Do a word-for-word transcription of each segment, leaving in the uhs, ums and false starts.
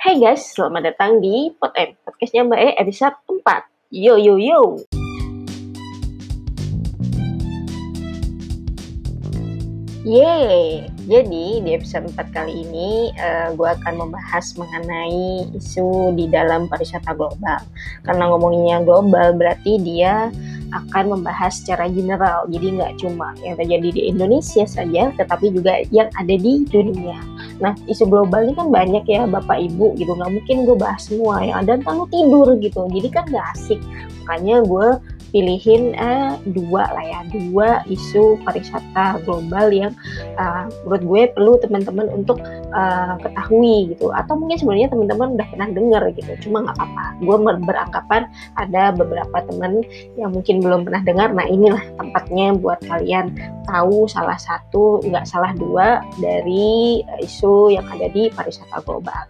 Hai guys, selamat datang di Pod M, podcastnya Mbak E episode empat. Yo yo yo. Yeay, jadi di episode empat kali ini uh, gue akan membahas mengenai isu di dalam pariwisata global. Karena ngomonginnya global berarti dia akan membahas secara general, jadi nggak cuma yang terjadi di Indonesia saja, tetapi juga yang ada di dunia. Nah, isu global ini kan banyak ya Bapak Ibu gitu, nggak mungkin gue bahas semua, yang ada ntar lu tidur gitu, jadi kan nggak asik. Makanya gue pilihin eh, dua lah ya, dua isu pariwisata global yang uh, menurut gue perlu teman-teman untuk uh, ketahui gitu, atau mungkin sebenarnya teman-teman udah pernah dengar gitu, cuma nggak apa-apa. Gue beranggapan ada beberapa teman yang mungkin belum pernah dengar, nah inilah tempatnya buat kalian tahu salah satu, nggak salah dua dari isu yang ada di pariwisata global.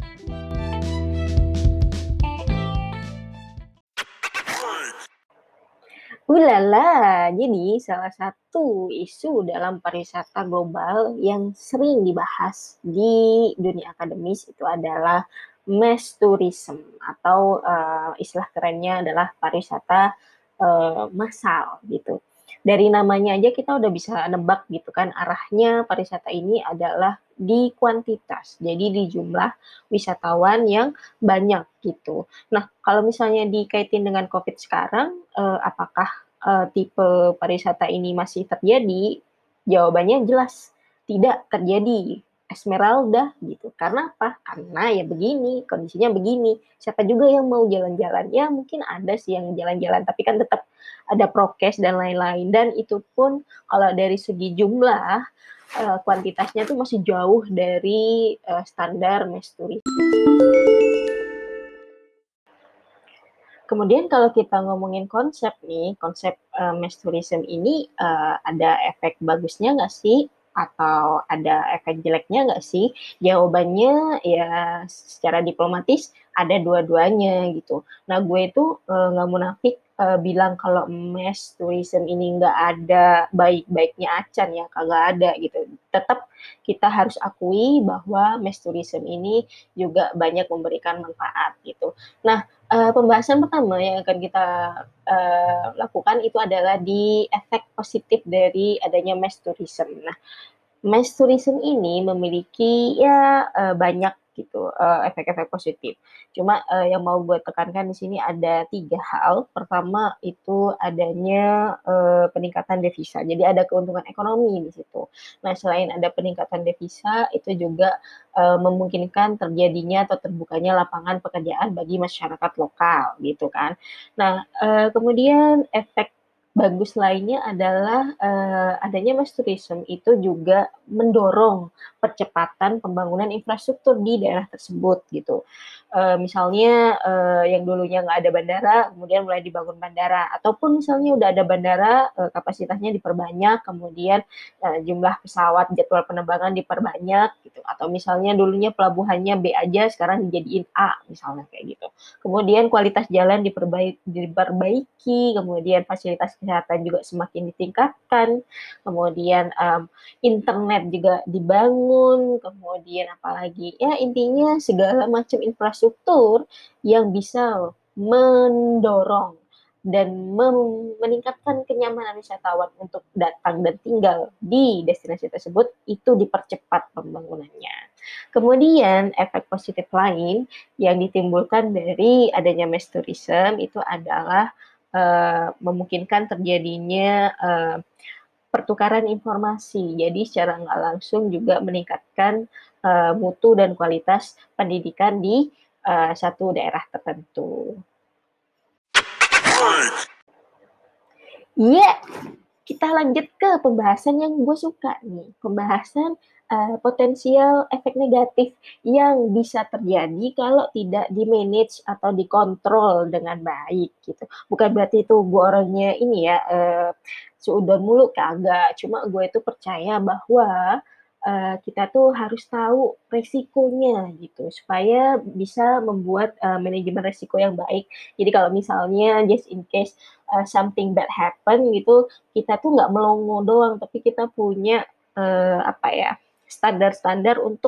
Ulala, jadi salah satu isu dalam pariwisata global yang sering dibahas di dunia akademis itu adalah mass tourism, atau uh, istilah kerennya adalah pariwisata uh, massal gitu. Dari namanya aja kita udah bisa nebak gitu kan, arahnya pariwisata ini adalah di kuantitas, jadi di jumlah wisatawan yang banyak gitu. Nah, kalau misalnya dikaitin dengan COVID sekarang, eh, apakah eh, tipe pariwisata ini masih terjadi? Jawabannya jelas tidak terjadi. Esmeralda gitu. Karena apa? Karena ya begini, kondisinya begini. Siapa juga yang mau jalan-jalan? Ya mungkin ada sih yang jalan-jalan, tapi kan tetap ada prokes dan lain-lain. Dan itu pun kalau dari segi jumlah, eh, kuantitasnya tuh masih jauh dari eh, standar mass tourism. Kemudian kalau kita ngomongin konsep nih, konsep uh, mass tourism ini uh, ada efek bagusnya nggak sih? Atau ada efek jeleknya nggak sih? Jawabannya ya secara diplomatis ada dua-duanya gitu. Nah gue itu uh, nggak munafik uh, bilang kalau mass tourism ini nggak ada baik-baiknya acan ya, kagak ada gitu. Tetap kita harus akui bahwa mass tourism ini juga banyak memberikan manfaat gitu. Nah, Uh, pembahasan pertama yang akan kita uh, lakukan itu adalah di efek positif dari adanya mass tourism. Nah, mass tourism ini memiliki ya uh, banyak gitu uh, efek-efek positif. Cuma uh, yang mau gue tekankan di sini ada tiga hal. Pertama itu adanya uh, peningkatan devisa. Jadi ada keuntungan ekonomi di situ. Nah, selain ada peningkatan devisa, itu juga uh, memungkinkan terjadinya atau terbukanya lapangan pekerjaan bagi masyarakat lokal gitu kan. Nah, uh, kemudian efek bagus lainnya adalah uh, adanya mass tourism itu juga mendorong percepatan pembangunan infrastruktur di daerah tersebut gitu. Uh, misalnya uh, yang dulunya nggak ada bandara, kemudian mulai dibangun bandara, ataupun misalnya udah ada bandara, uh, kapasitasnya diperbanyak, kemudian uh, jumlah pesawat, jadwal penerbangan diperbanyak gitu, atau misalnya dulunya pelabuhannya B aja, sekarang dijadiin A misalnya kayak gitu. Kemudian kualitas jalan diperbaiki, diperbaiki kemudian fasilitas kesehatan juga semakin ditingkatkan, kemudian um, internet juga dibangun, kemudian apalagi ya intinya segala macam infrastruktur yang bisa mendorong dan meningkatkan kenyamanan wisatawan untuk datang dan tinggal di destinasi tersebut itu dipercepat pembangunannya. Kemudian efek positif lain yang ditimbulkan dari adanya mass tourism itu adalah uh, memungkinkan terjadinya uh, pertukaran informasi. Jadi secara nggak langsung juga meningkatkan uh, mutu dan kualitas pendidikan di uh, satu daerah tertentu. Iya, yeah, kita lanjut ke pembahasan yang gue suka nih. Pembahasan uh, potensial efek negatif yang bisa terjadi kalau tidak di-manage atau dikontrol dengan baik gitu. Bukan berarti itu gue orangnya ini ya, uh, seudon mulu, kagak. Cuma gue itu percaya bahwa uh, kita tuh harus tahu resikonya gitu, supaya bisa membuat uh, manajemen resiko yang baik. Jadi kalau misalnya just in case uh, something bad happen gitu, kita tuh nggak melongo doang, tapi kita punya uh, apa ya standar-standar untuk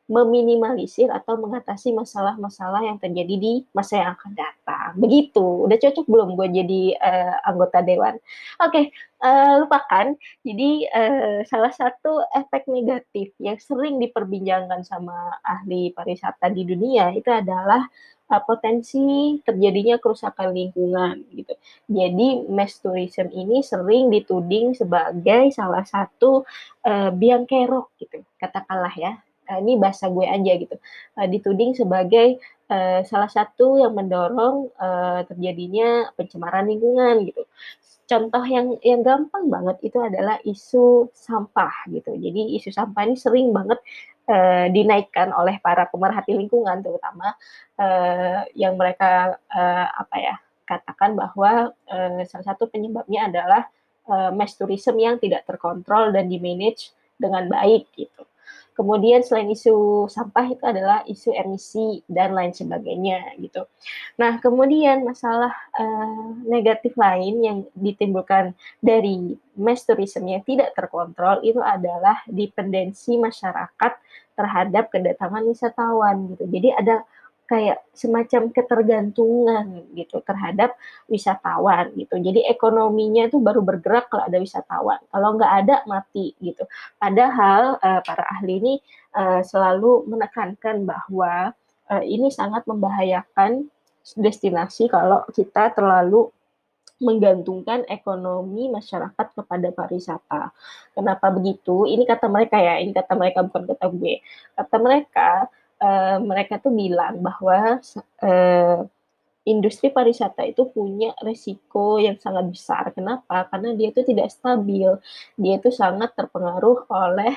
meminimalisir atau mengatasi masalah-masalah yang terjadi di masa yang akan datang. Begitu. Udah cocok belum gue jadi uh, anggota dewan? Oke, okay, uh, lupakan. Jadi uh, salah satu efek negatif yang sering diperbincangkan sama ahli pariwisata di dunia itu adalah uh, potensi terjadinya kerusakan lingkungan gitu. Jadi mass tourism ini sering dituding sebagai salah satu uh, biang kerok gitu, katakanlah ya. Uh, ini bahasa gue aja gitu. Uh, dituding sebagai uh, salah satu yang mendorong uh, terjadinya pencemaran lingkungan gitu. Contoh yang yang gampang banget itu adalah isu sampah gitu. Jadi isu sampah ini sering banget uh, dinaikkan oleh para pemerhati lingkungan, terutama uh, yang mereka uh, apa ya katakan bahwa uh, salah satu penyebabnya adalah uh, mass tourism yang tidak terkontrol dan dimanage dengan baik gitu. Kemudian selain isu sampah itu adalah isu emisi dan lain sebagainya gitu. Nah, kemudian masalah uh, negatif lain yang ditimbulkan dari mass tourism yang tidak terkontrol itu adalah dependensi masyarakat terhadap kedatangan wisatawan gitu. Jadi ada kayak semacam ketergantungan gitu terhadap wisatawan gitu. Jadi ekonominya itu baru bergerak kalau ada wisatawan. Kalau nggak ada mati gitu. Padahal uh, para ahli ini uh, selalu menekankan bahwa uh, ini sangat membahayakan destinasi kalau kita terlalu menggantungkan ekonomi masyarakat kepada pariwisata. Kenapa begitu? Ini kata mereka ya, ini kata mereka bukan kata gue. Kata mereka, uh, mereka tuh bilang bahwa uh, industri pariwisata itu punya resiko yang sangat besar. Kenapa? Karena dia itu tidak stabil. Dia itu sangat terpengaruh oleh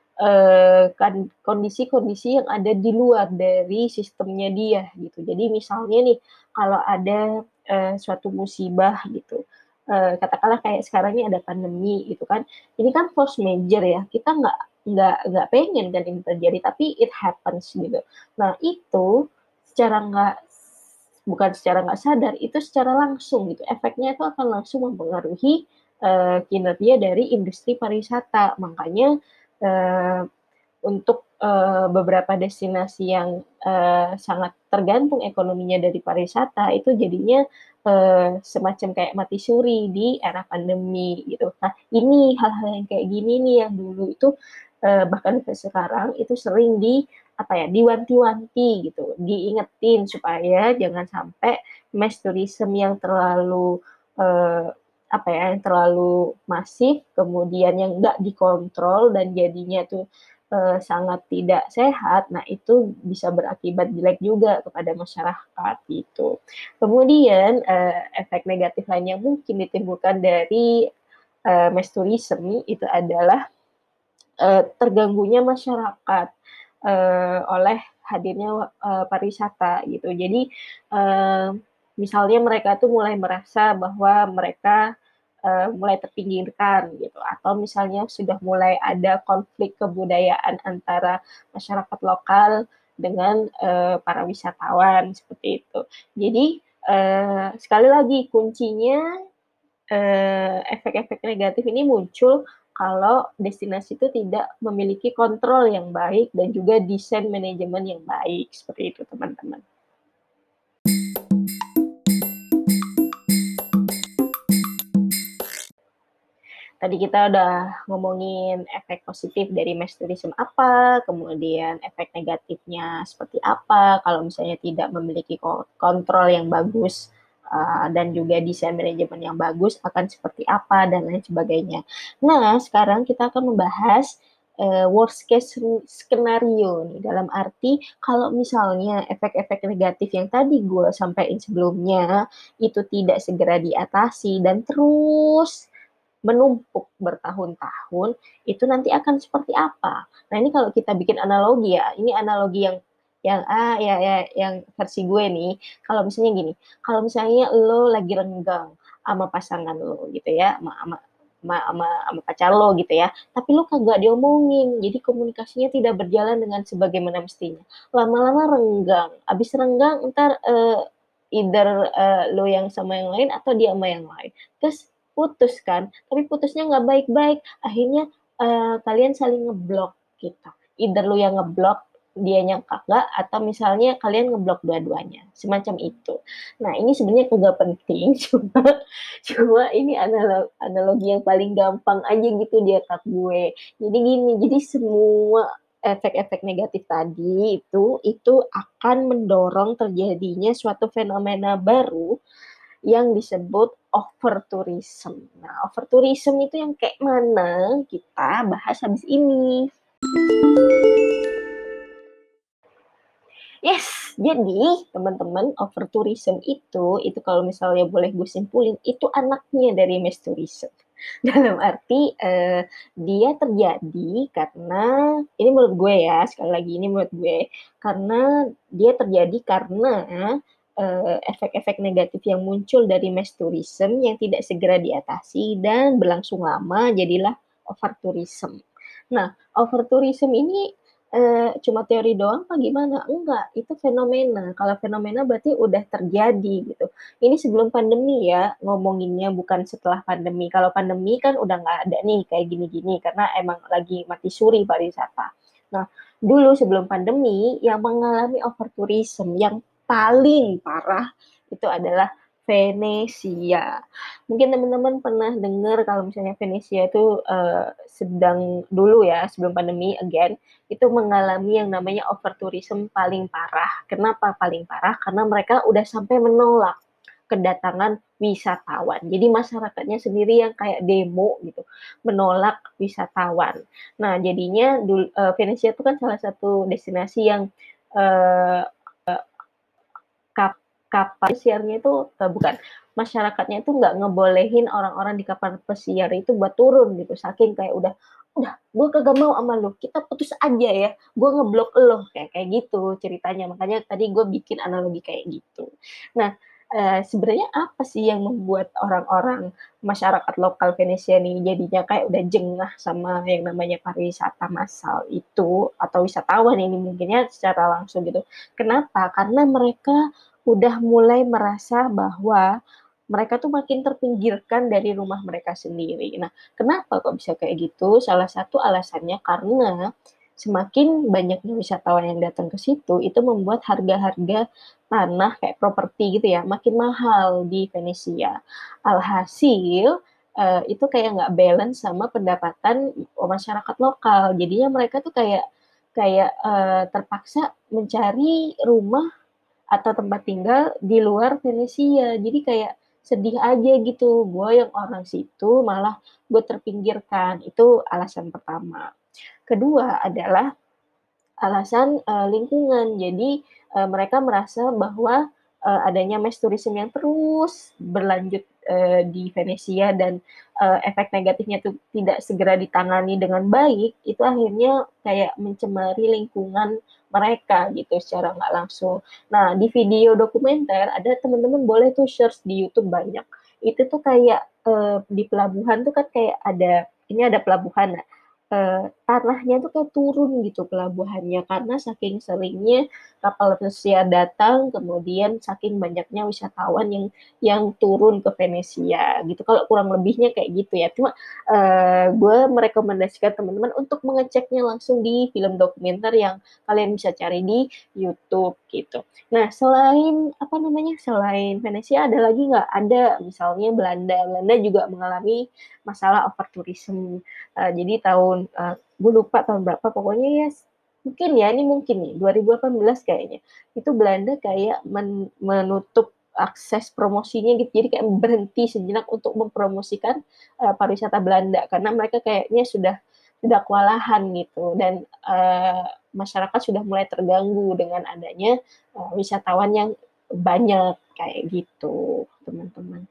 uh, kan, kondisi-kondisi yang ada di luar dari sistemnya dia gitu. Jadi misalnya nih, kalau ada uh, suatu musibah gitu, uh, katakanlah kayak sekarang ini ada pandemi gitu kan, ini kan force major ya, kita nggak nggak nggak pengen kan ini terjadi, tapi it happens gitu. Nah itu secara nggak bukan secara nggak sadar, itu secara langsung gitu. Efeknya itu akan langsung mempengaruhi uh, kinerja dari industri pariwisata. Makanya uh, untuk uh, beberapa destinasi yang uh, sangat tergantung ekonominya dari pariwisata itu jadinya uh, semacam kayak mati suri di era pandemi gitu. Nah ini hal-hal yang kayak gini nih yang dulu itu uh, bahkan ke sekarang itu sering di apa ya diwanti-wanti gitu, diingetin supaya jangan sampai mass tourism yang terlalu uh, apa ya yang terlalu masif, kemudian yang nggak dikontrol dan jadinya tuh uh, sangat tidak sehat, nah itu bisa berakibat jelek juga kepada masyarakat gitu. Kemudian uh, efek negatif lain yang mungkin ditimbulkan dari uh, mass tourism itu adalah uh, terganggunya masyarakat uh, oleh hadirnya uh, pariwisata gitu. Jadi uh, misalnya mereka tuh mulai merasa bahwa mereka uh, mulai terpinggirkan gitu, atau misalnya sudah mulai ada konflik kebudayaan antara masyarakat lokal dengan uh, para wisatawan seperti itu. Jadi uh, sekali lagi kuncinya uh, efek-efek negatif ini muncul kalau destinasi itu tidak memiliki kontrol yang baik dan juga desain manajemen yang baik seperti itu teman-teman. Tadi kita udah ngomongin efek positif dari mass tourism apa, kemudian efek negatifnya seperti apa kalau misalnya tidak memiliki kontrol yang bagus uh, dan juga desain manajemen yang bagus akan seperti apa dan lain sebagainya. Nah, sekarang kita akan membahas uh, worst case skenario nih, dalam arti kalau misalnya efek-efek negatif yang tadi gue sampaikan sebelumnya itu tidak segera diatasi dan terus menumpuk bertahun-tahun, itu nanti akan seperti apa? Nah, ini kalau kita bikin analogi ya, ini analogi yang yang ah ya ya yang versi gue nih. Kalau misalnya gini, kalau misalnya lo lagi renggang sama pasangan lo gitu ya, sama sama sama, sama, sama pacar lo gitu ya, tapi lo kagak diomongin, jadi komunikasinya tidak berjalan dengan sebagaimana mestinya. Lama-lama renggang, abis renggang ntar uh, either uh, lo yang sama yang lain atau dia sama yang lain. Terus putus kan, tapi putusnya nggak baik-baik, akhirnya uh, kalian saling ngeblok gitu. Either lu yang ngeblok dianya kagak, atau misalnya kalian ngeblok dua-duanya, semacam itu. Nah, ini sebenarnya kagak penting, cuma cuma ini analo analogi yang paling gampang aja gitu di otak gue. Jadi gini, jadi semua efek-efek negatif tadi itu, itu akan mendorong terjadinya suatu fenomena baru yang disebut over tourism. Nah, over tourism itu yang kayak mana? Kita bahas habis ini. Yes, jadi teman-teman, over tourism itu, itu kalau misalnya boleh gue simpulin, itu anaknya dari mass tourism. Dalam arti eh, dia terjadi karena, ini menurut gue ya, sekali lagi ini menurut gue, karena dia terjadi karena eh, efek-efek negatif yang muncul dari mass tourism yang tidak segera diatasi dan berlangsung lama, jadilah over tourism. Nah, over tourism ini eh, cuma teori doang apa gimana? Enggak, itu fenomena. Kalau fenomena berarti udah terjadi gitu. Ini sebelum pandemi ya, ngomonginnya bukan setelah pandemi. Kalau pandemi kan udah nggak ada nih kayak gini-gini, karena emang lagi mati suri pariwisata. Nah, dulu sebelum pandemi, yang mengalami over tourism yang paling parah itu adalah Venesia. Mungkin teman-teman pernah dengar kalau misalnya Venesia itu uh, sedang dulu ya, sebelum pandemi again, itu mengalami yang namanya over tourism paling parah. Kenapa paling parah? Karena mereka udah sampai menolak kedatangan wisatawan. Jadi masyarakatnya sendiri yang kayak demo gitu, menolak wisatawan. Nah, jadinya uh, Venesia itu kan salah satu destinasi yang uh, kap kapal pesiarnya itu uh, bukan masyarakatnya itu nggak ngebolehin orang-orang di kapal pesiar itu buat turun gitu, saking kayak udah udah gue kagak mau sama lo, kita putus aja ya, gue ngeblok lo, kayak kayak gitu ceritanya. Makanya tadi gue bikin analogi kayak gitu. Nah, uh, sebenarnya apa sih yang membuat orang-orang masyarakat lokal Venesia nih jadinya kayak udah jengah sama yang namanya pariwisata massal itu, atau wisatawan ini mungkinnya secara langsung gitu. Kenapa? Karena mereka udah mulai merasa bahwa mereka tuh makin terpinggirkan dari rumah mereka sendiri. Nah, kenapa kok bisa kayak gitu? Salah satu alasannya karena semakin banyaknya wisatawan yang datang ke situ, itu membuat harga-harga tanah kayak properti gitu ya, makin mahal di Venesia. Alhasil, uh, itu kayak nggak balance sama pendapatan masyarakat lokal. Jadinya mereka tuh kayak kayak uh, terpaksa mencari rumah atau tempat tinggal di luar Venesia. Jadi kayak sedih aja gitu. Gue yang orang situ malah gue terpinggirkan. Itu alasan pertama. Kedua adalah alasan uh, lingkungan. Jadi uh, mereka merasa bahwa uh, adanya mass tourism yang terus berlanjut uh, di Venesia dan uh, efek negatifnya itu tidak segera ditangani dengan baik, itu akhirnya kayak mencemari lingkungan mereka gitu secara nggak langsung. Nah, di video dokumenter ada teman-teman boleh tuh search di YouTube banyak. Itu tuh kayak uh, di pelabuhan tuh kan kayak ada, ini ada pelabuhan. Nah, uh, tanahnya tuh kayak turun gitu pelabuhannya karena saking seringnya kapal pesiar datang, kemudian saking banyaknya wisatawan yang yang turun ke Venesia gitu. Kalau kurang lebihnya kayak gitu ya. Cuma uh, gue merekomendasikan teman-teman untuk mengeceknya langsung di film dokumenter yang kalian bisa cari di YouTube gitu. Nah, selain apa namanya, selain Venesia ada lagi nggak? Ada, misalnya Belanda. Belanda juga mengalami masalah over tourism. Uh, jadi tahun, uh, gue lupa tahun berapa, pokoknya ya mungkin ya, ini mungkin nih, dua ribu delapan belas kayaknya. Itu Belanda kayak men- menutup akses promosinya gitu. Jadi kayak berhenti sejenak untuk mempromosikan uh, pariwisata Belanda karena mereka kayaknya sudah sudah kewalahan gitu, dan uh, masyarakat sudah mulai terganggu dengan adanya uh, wisatawan yang banyak kayak gitu, teman-teman.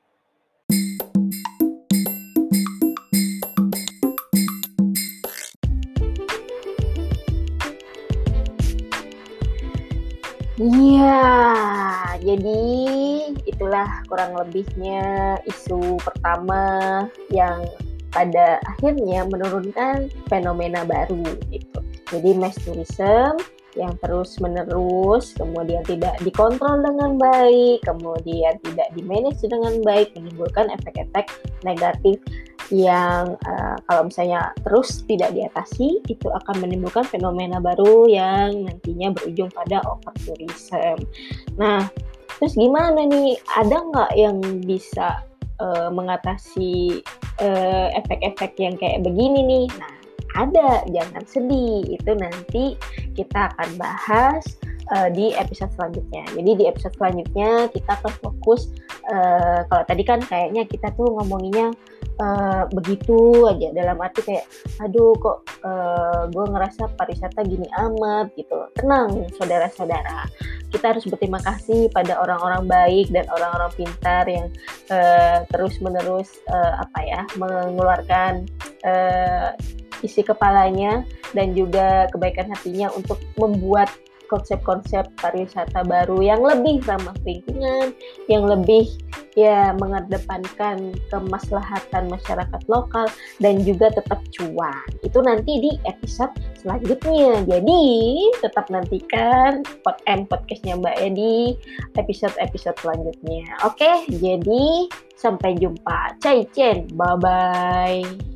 Iya, jadi itulah kurang lebihnya isu pertama yang pada akhirnya menurunkan fenomena baru gitu. Jadi mass tourism yang terus-menerus, kemudian tidak dikontrol dengan baik, kemudian tidak di-manage dengan baik, menimbulkan efek-efek negatif yang uh, kalau misalnya terus tidak diatasi itu akan menimbulkan fenomena baru yang nantinya berujung pada overtourism. Nah, terus gimana nih? Ada nggak yang bisa uh, mengatasi uh, efek-efek yang kayak begini nih? Nah, ada, jangan sedih. Itu nanti kita akan bahas uh, di episode selanjutnya. Jadi di episode selanjutnya kita akan fokus, uh, kalau tadi kan kayaknya kita tuh ngomonginnya uh, begitu aja, dalam arti kayak, aduh kok uh, gue ngerasa pariwisata gini amat gitu. Tenang saudara-saudara, kita harus berterima kasih pada orang-orang baik dan orang-orang pintar yang uh, terus-menerus uh, apa ya mengeluarkan uh, isi kepalanya dan juga kebaikan hatinya untuk membuat konsep-konsep pariwisata baru yang lebih ramah lingkungan, yang lebih ya mengedepankan kemaslahatan masyarakat lokal dan juga tetap cuan. Itu nanti di episode selanjutnya. Jadi tetap nantikan podcastnya Mbak Edi episode-episode selanjutnya. Oke, jadi sampai jumpa. Cai Chen, bye-bye.